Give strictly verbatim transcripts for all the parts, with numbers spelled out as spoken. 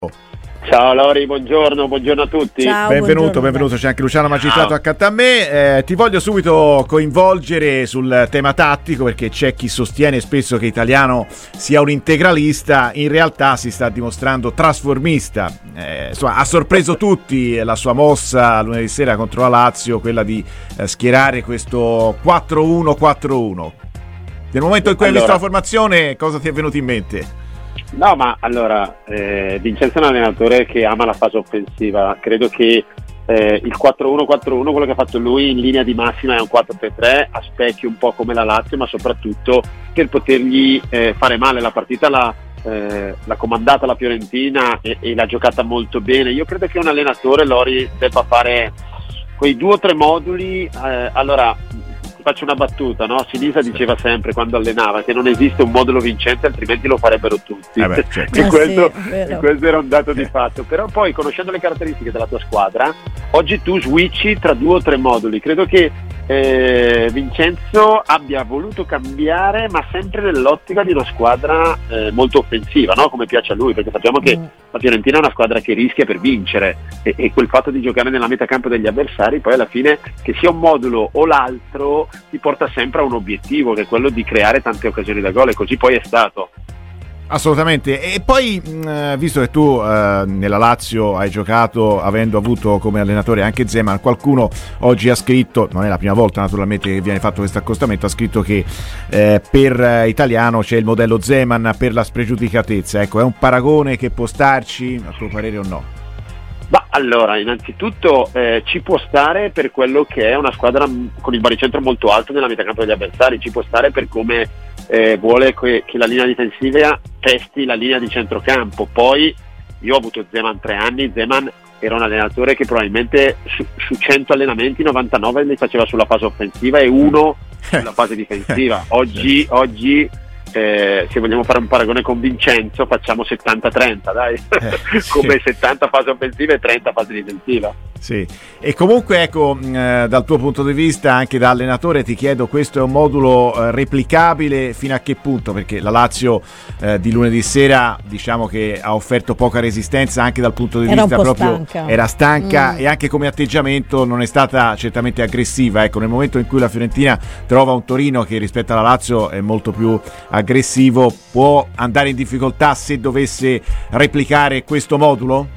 Ciao Lori, buongiorno, buongiorno a tutti. Ciao, benvenuto, buongiorno. benvenuto, c'è anche Luciano Magistrato accanto a me. Eh, ti voglio subito coinvolgere sul tema tattico, perché c'è chi sostiene spesso che Italiano sia un integralista, in realtà si sta dimostrando trasformista. Eh, insomma, ha sorpreso tutti la sua mossa lunedì sera contro la Lazio, quella di eh, schierare questo quattro uno quattro uno. Nel momento in cui allora, hai visto la formazione, cosa ti è venuto in mente? No, ma allora, eh, Vincenzo è un allenatore che ama la fase offensiva. Credo che eh, il quattro uno quattro uno, quello che ha fatto lui in linea di massima, è un quattro tre tre, a specchio un po' come la Lazio, ma soprattutto per potergli eh, fare male. La partita l'ha, eh, l'ha comandata la Fiorentina e, e l'ha giocata molto bene. Io credo che un allenatore, Lori, debba fare quei due o tre moduli. Eh, allora, faccio una battuta, no? Sinisa diceva sempre quando allenava che non esiste un modulo vincente, altrimenti lo farebbero tutti. Eh beh, certo. e, Ah, questo, sì, e questo era un dato di fatto. Però poi, conoscendo le caratteristiche della tua squadra, oggi tu switchi tra due o tre moduli. Credo che eh, Vincenzo abbia voluto cambiare, ma sempre nell'ottica di una squadra eh, molto offensiva, no? Come piace a lui, perché sappiamo che Mm. la Fiorentina è una squadra che rischia per vincere, e, e quel fatto di giocare nella metà campo degli avversari, poi alla fine, che sia un modulo o l'altro, ti porta sempre a un obiettivo, che è quello di creare tante occasioni da gol, e così poi è stato. Assolutamente. E poi, mh, visto che tu eh, nella Lazio hai giocato avendo avuto come allenatore anche Zeman, qualcuno oggi ha scritto, non è la prima volta naturalmente che viene fatto questo accostamento, ha scritto che eh, per eh, Italiano c'è il modello Zeman per la spregiudicatezza. Ecco, è un paragone che può starci, a tuo parere, o no? Ma allora, innanzitutto eh, ci può stare per quello che è una squadra m- con il baricentro molto alto nella metà campo degli avversari, ci può stare per come eh, vuole que- che la linea difensiva testi la linea di centrocampo. Poi io ho avuto Zeman tre anni, Zeman era un allenatore che probabilmente su, su cento allenamenti novantanove li faceva sulla fase offensiva e uno sulla fase difensiva. Oggi, oggi Eh, se vogliamo fare un paragone con Vincenzo, facciamo settanta trenta, dai, Eh, sì. come settanta fase offensiva e trenta fase difensiva. Sì, e comunque ecco, mh, dal tuo punto di vista anche da allenatore ti chiedo, questo è un modulo eh, replicabile fino a che punto? Perché la Lazio eh, di lunedì sera diciamo che ha offerto poca resistenza anche dal punto di Era vista un po' proprio, stanca. era stanca Mm. e anche come atteggiamento non è stata certamente aggressiva. Ecco, nel momento in cui la Fiorentina trova un Torino che rispetto alla Lazio è molto più aggressivo, può andare in difficoltà se dovesse replicare questo modulo?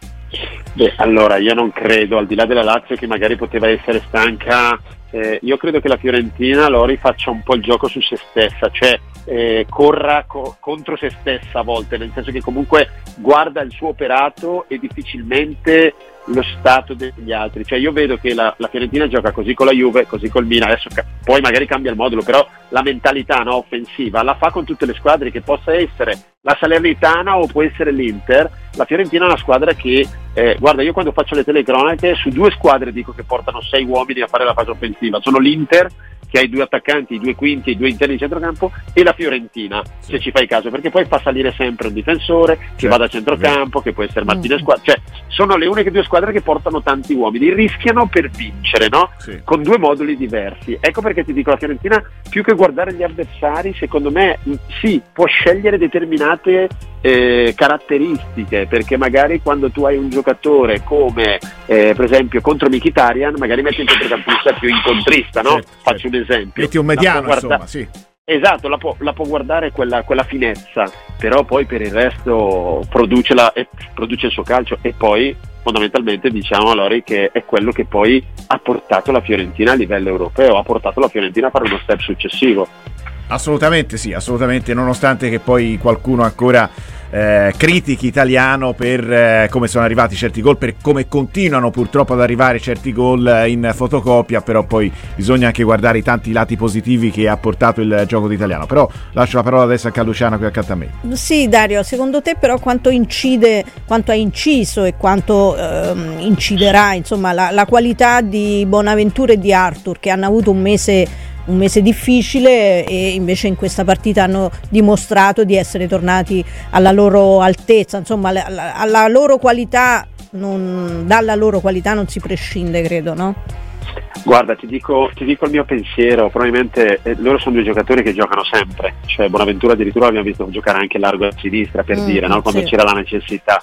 Beh, allora io non credo, al di là della Lazio che magari poteva essere stanca, eh, io credo che la Fiorentina, Lori, faccia un po' il gioco su se stessa, cioè eh, corra co- contro se stessa a volte, nel senso che comunque guarda il suo operato e difficilmente lo stato degli altri. Cioè io vedo che la, la Fiorentina gioca così con la Juve, così col Milan, adesso ca- poi magari cambia il modulo, però la mentalità, no, offensiva la fa con tutte le squadre, che possa essere la Salernitana o può essere l'Inter. La Fiorentina è una squadra che eh, guarda, io quando faccio le telecronache su due squadre dico che portano sei uomini a fare la fase offensiva, sono l'Inter che ha i due attaccanti, i due quinti, i due interni di centrocampo, e la Fiorentina, Sì. se ci fai caso, perché poi fa salire sempre un difensore che Certo, vada a centrocampo, che può essere Martinez, Mm. qua- cioè sono le uniche due squadre che portano tanti uomini, rischiano per vincere, no? Sì. Con due moduli diversi. Ecco perché ti dico, la Fiorentina, più che guardare gli avversari, secondo me mh, sì, può scegliere determinate eh, caratteristiche, perché magari quando tu hai un giocatore come eh, per esempio contro Mkhitaryan, magari metti un centrocampista più incontrista, no? Certo, Faccio certo. un esempio. Metti un La mediano, può guarda- insomma, sì. Esatto, la può, la può guardare quella, quella finezza, però poi per il resto produce, la, e produce il suo calcio, e poi fondamentalmente diciamo a Lori che è quello che poi ha portato la Fiorentina a livello europeo, ha portato la Fiorentina a fare uno step successivo. Assolutamente sì, assolutamente, nonostante che poi qualcuno ancora eh, critichi Italiano per eh, come sono arrivati certi gol, per come continuano purtroppo ad arrivare certi gol in fotocopia, però poi bisogna anche guardare i tanti lati positivi che ha portato il gioco di Italiano. Però lascio la parola adesso anche a Luciano qui accanto a me. Sì, Dario, secondo te però quanto incide, quanto ha inciso e quanto ehm, inciderà insomma la, la qualità di Bonaventura e di Arthur, che hanno avuto un mese un mese difficile e invece in questa partita hanno dimostrato di essere tornati alla loro altezza, insomma alla, alla loro qualità, non, dalla loro qualità non si prescinde, credo, no? Guarda, ti dico, ti dico il mio pensiero, probabilmente eh, loro sono due giocatori che giocano sempre, cioè Bonaventura addirittura l'abbiamo visto giocare anche largo a sinistra, per Mm, dire, no? Quando sì. c'era la necessità.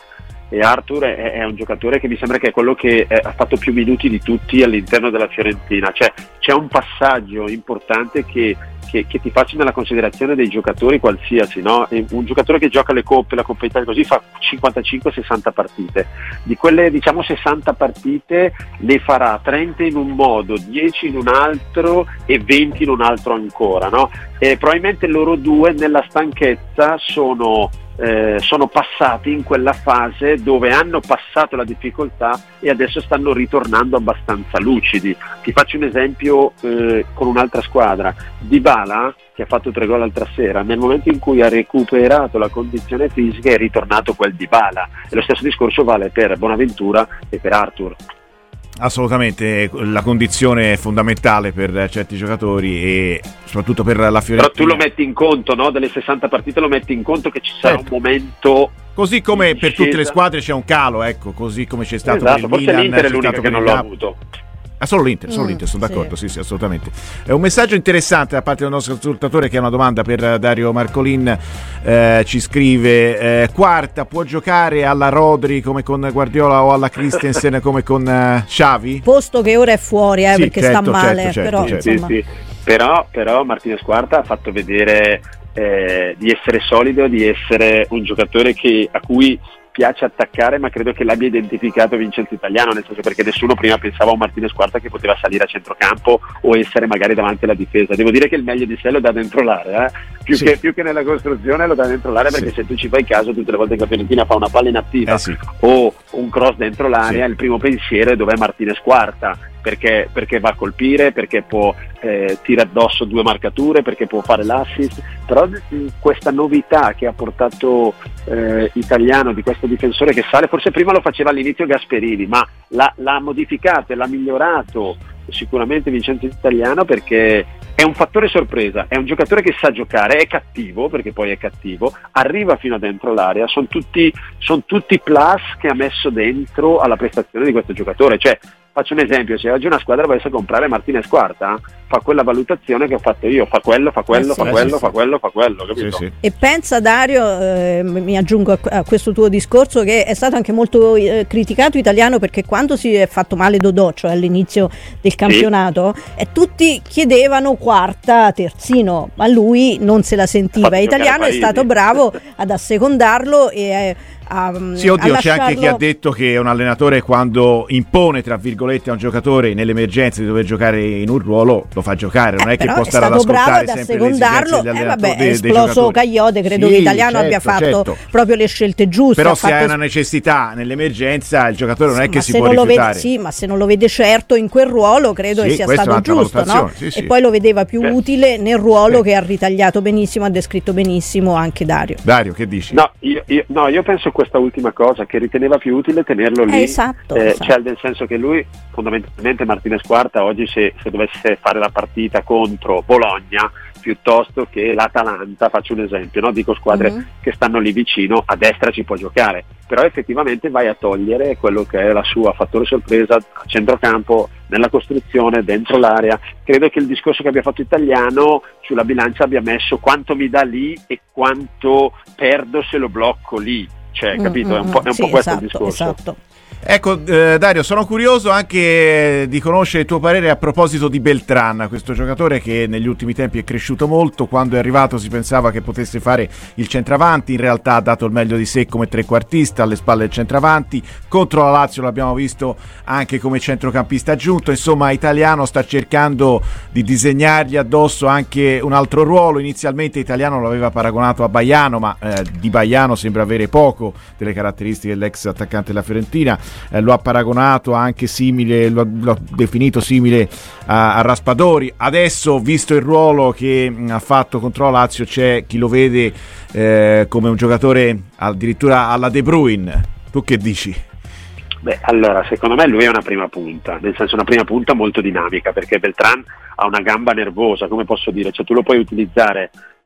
e Arthur è, è un giocatore che mi sembra che è quello che è, ha fatto più minuti di tutti all'interno della Fiorentina, cioè c'è un passaggio importante che, che, che ti faccio nella considerazione dei giocatori qualsiasi, no? Un giocatore che gioca le coppe, la Coppa Italia così fa cinquantacinque sessanta partite, di quelle diciamo sessanta partite ne farà trenta in un modo, dieci in un altro e venti in un altro ancora, no? E probabilmente loro due nella stanchezza sono Eh, sono passati in quella fase dove hanno passato la difficoltà e adesso stanno ritornando abbastanza lucidi. Ti faccio un esempio eh, con un'altra squadra, Dybala, che ha fatto tre gol l'altra sera, nel momento in cui ha recuperato la condizione fisica è ritornato quel Dybala, e lo stesso discorso vale per Bonaventura e per Arthur. Assolutamente, la condizione è fondamentale per certi giocatori e soprattutto per la Fiorentina. Però tu lo metti in conto, no? Delle sessanta partite lo metti in conto che ci sarà certo. un momento. Così come per tutte le squadre c'è un calo, ecco, così come c'è stato esatto, per il Milan. Forse l'Inter è l'unica che non l'ha avuto. Ah, solo l'Inter, solo mm, l'Inter, sono d'accordo, sì. sì, sì, assolutamente. È un messaggio interessante da parte del nostro consultatore che ha una domanda per Dario Marcolin, eh, ci scrive, eh, quarta può giocare alla Rodri come con Guardiola o alla Christensen come con uh, Xavi? Posto che ora è fuori, eh, sì, perché certo, sta male, certo, però, certo, sì, sì. però, però Martinez Quarta ha fatto vedere eh, di essere solido, di essere un giocatore che, a cui piace attaccare, ma credo che l'abbia identificato Vincenzo Italiano, nel senso perché nessuno prima pensava a un Martinez Quarta che poteva salire a centrocampo o essere magari davanti alla difesa. Devo dire che il meglio di sé lo dà dentro l'area, eh? più, sì. che, più che nella costruzione lo dà dentro l'area, perché sì. se tu ci fai caso tutte le volte che la Fiorentina fa una palla inattiva eh sì. o un cross dentro l'area, sì. il primo pensiero è dov'è Martinez Quarta, perché, perché va a colpire, perché può eh, tirare addosso due marcature, perché può fare l'assist. Però questa novità che ha portato eh, Italiano, di questo difensore che sale, forse prima lo faceva all'inizio Gasperini, ma l'ha, l'ha modificato e l'ha migliorato sicuramente Vincenzo Italiano, perché è un fattore sorpresa, è un giocatore che sa giocare, è cattivo, perché poi è cattivo, arriva fino a dentro l'area, sono tutti, sono tutti plus che ha messo dentro alla prestazione di questo giocatore. Cioè, faccio un esempio, se oggi una squadra volesse comprare Martinez Quarta, fa quella valutazione che ho fatto io, fa quello, fa quello, eh sì, fa, eh quello sì, fa quello, fa quello, capito? Sì, sì. E pensa, Dario, eh, mi aggiungo a, a questo tuo discorso, che è stato anche molto eh, criticato Italiano, perché quando si è fatto male Dodò, cioè all'inizio del campionato, sì. e tutti chiedevano quarta, terzino, ma lui non se la sentiva. Italiano è stato bravo ad assecondarlo e eh, a, sì, oddio, c'è lasciarlo... anche chi ha detto che un allenatore, quando impone tra virgolette a un giocatore nell'emergenza di dover giocare in un ruolo, lo fa giocare, non eh, è che può stare ad ascoltare sempre le esigenze degli eh, vabbè, è esploso Cagliote, credo sì, che Italiano certo, abbia fatto certo. proprio le scelte giuste. Però se fatto... hai una necessità nell'emergenza, il giocatore non è sì, che si può rifiutare. Vede, sì, ma se non lo vede certo in quel ruolo, credo sì, che sia stato giusto, no? Sì, sì. E poi lo vedeva più Beh. utile nel ruolo sì. che ha ritagliato benissimo, ha descritto benissimo anche Dario. Dario, che dici? No, io, io, no, io penso questa ultima cosa, che riteneva più utile tenerlo lì, eh, esatto, eh, esatto. cioè nel senso che lui fondamentalmente Martinez Quarta oggi se, se dovesse fare la partita contro Bologna piuttosto che l'Atalanta, faccio un esempio, no? Dico squadre mm-hmm. che stanno lì vicino, a destra ci può giocare, però effettivamente vai a togliere quello che è la sua fattore sorpresa a centrocampo, nella costruzione, dentro l'area. Credo che il discorso che abbia fatto Italiano sulla bilancia abbia messo quanto mi dà lì e quanto perdo se lo blocco lì, cioè capito? Mm-hmm. È un po', è un sì, po' questo esatto, il discorso. Esatto. Ecco, eh, Dario, sono curioso anche di conoscere il tuo parere a proposito di Beltran, questo giocatore che negli ultimi tempi è cresciuto molto. Quando è arrivato si pensava che potesse fare il centravanti, in realtà ha dato il meglio di sé come trequartista alle spalle del centravanti, contro la Lazio l'abbiamo visto anche come centrocampista aggiunto. Insomma, Italiano sta cercando di disegnargli addosso anche un altro ruolo. Inizialmente Italiano l'aveva paragonato a Baiano, ma eh, di Baiano sembra avere poco delle caratteristiche dell'ex attaccante della Fiorentina. Eh, lo ha paragonato anche simile, lo ha, lo ha definito simile a, a Raspadori. Adesso, visto il ruolo che mh, ha fatto contro la Lazio, c'è chi lo vede eh, come un giocatore addirittura alla De Bruyne. Tu che dici? Beh, allora, secondo me lui è una prima punta, nel senso una prima punta molto dinamica, perché Beltran ha una gamba nervosa, come posso dire, cioè tu lo puoi utilizzare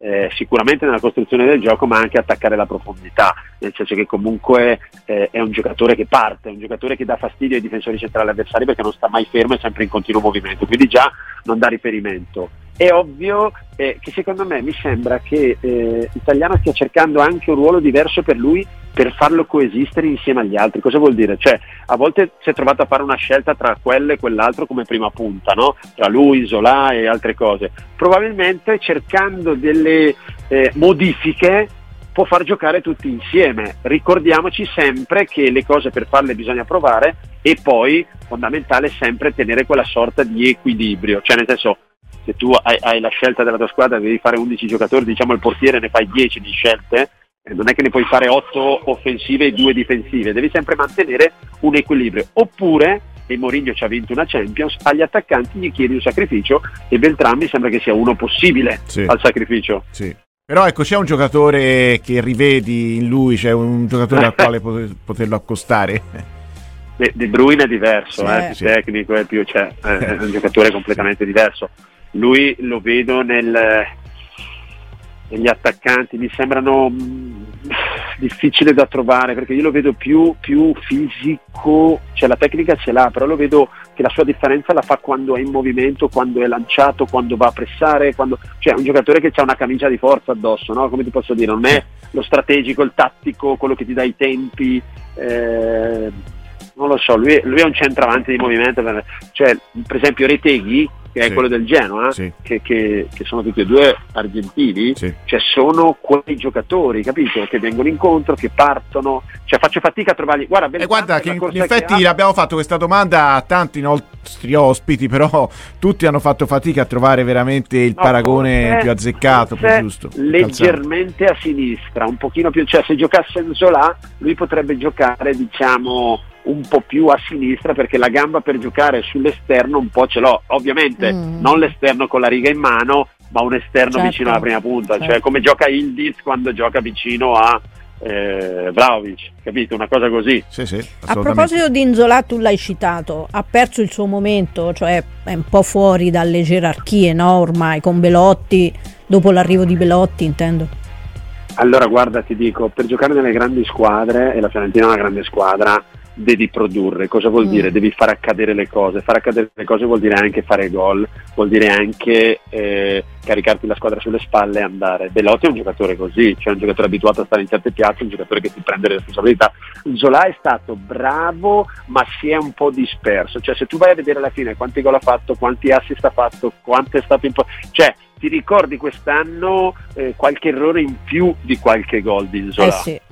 eh, sicuramente nella costruzione del gioco, ma anche attaccare la profondità, nel senso che comunque eh, è un giocatore che parte, è un giocatore che dà fastidio ai difensori centrali avversari perché non sta mai fermo, è sempre in continuo movimento, quindi già non dà riferimento. È ovvio eh, che secondo me mi sembra che eh, Italiano stia cercando anche un ruolo diverso per lui, per farlo coesistere insieme agli altri. Cosa vuol dire? Cioè, a volte si è trovato a fare una scelta tra quello e quell'altro come prima punta, no? Tra lui, Zola e altre cose. Probabilmente cercando delle eh, modifiche può far giocare tutti insieme. Ricordiamoci sempre che le cose per farle bisogna provare, e poi fondamentale sempre tenere quella sorta di equilibrio, cioè nel senso, se tu hai, hai la scelta della tua squadra, devi fare undici giocatori, diciamo il portiere ne fai dieci di scelte, eh, non è che ne puoi fare otto offensive e due difensive, devi sempre mantenere un equilibrio. Oppure, e Mourinho ci ha vinto una Champions, agli attaccanti gli chiedi un sacrificio, e Beltrán mi sembra che sia uno possibile, sì, al sacrificio. Sì. Però ecco, c'è un giocatore che rivedi in lui, c'è un giocatore al quale poter, poterlo accostare? De, De Bruyne è diverso, sì, è più sì. tecnico, è più, cioè, è un giocatore completamente diverso. Lui lo vedo nel, negli attaccanti, mi sembrano mh, difficile da trovare, perché io lo vedo più, più fisico, cioè la tecnica ce l'ha, però lo vedo che la sua differenza la fa quando è in movimento, quando è lanciato, quando va a pressare, quando, cioè è un giocatore che ha una camicia di forza addosso, no? Come ti posso dire, non è lo strategico, il tattico, quello che ti dà i tempi, eh, non lo so, lui, lui è un centravanti di movimento, cioè per esempio Retegui, che è sì. quello del Genoa, sì. che, che, che sono tutti e due argentini, sì. cioè sono quei giocatori, capito? Che vengono incontro, che partono, cioè faccio fatica a trovarli. Guarda, e guarda che in, in effetti che abbiamo fatto questa domanda a tanti nostri ospiti, però tutti hanno fatto fatica a trovare veramente il no, paragone forse, più azzeccato, più giusto. Leggermente a sinistra, un pochino più, cioè se giocasse in Zola, lui potrebbe giocare, diciamo, un po' più a sinistra, perché la gamba per giocare sull'esterno un po' ce l'ho, ovviamente mm. non l'esterno con la riga in mano, ma un esterno certo. vicino alla prima punta, certo. cioè come gioca Ildiz quando gioca vicino a eh, Vlahovic, capito? Una cosa così. Sì, sì, a proposito di Nzola, tu l'hai citato, ha perso il suo momento, cioè è un po' fuori dalle gerarchie, no? Ormai con Belotti, dopo l'arrivo di Belotti intendo. Allora guarda, ti dico, per giocare nelle grandi squadre, e la Fiorentina è una grande squadra, devi produrre. Cosa vuol mm. dire? Devi far accadere le cose. Far accadere le cose vuol dire anche fare gol, vuol dire anche eh, caricarti la squadra sulle spalle e andare. Belotti è un giocatore così, cioè un giocatore abituato a stare in certe piazze, un giocatore che ti prende le responsabilità. Zola è stato bravo, ma si è un po' disperso, cioè se tu vai a vedere alla fine quanti gol ha fatto, quanti assist ha fatto, quanto è stato impo- cioè ti ricordi quest'anno eh, qualche errore in più di qualche gol di Zola, eh sì.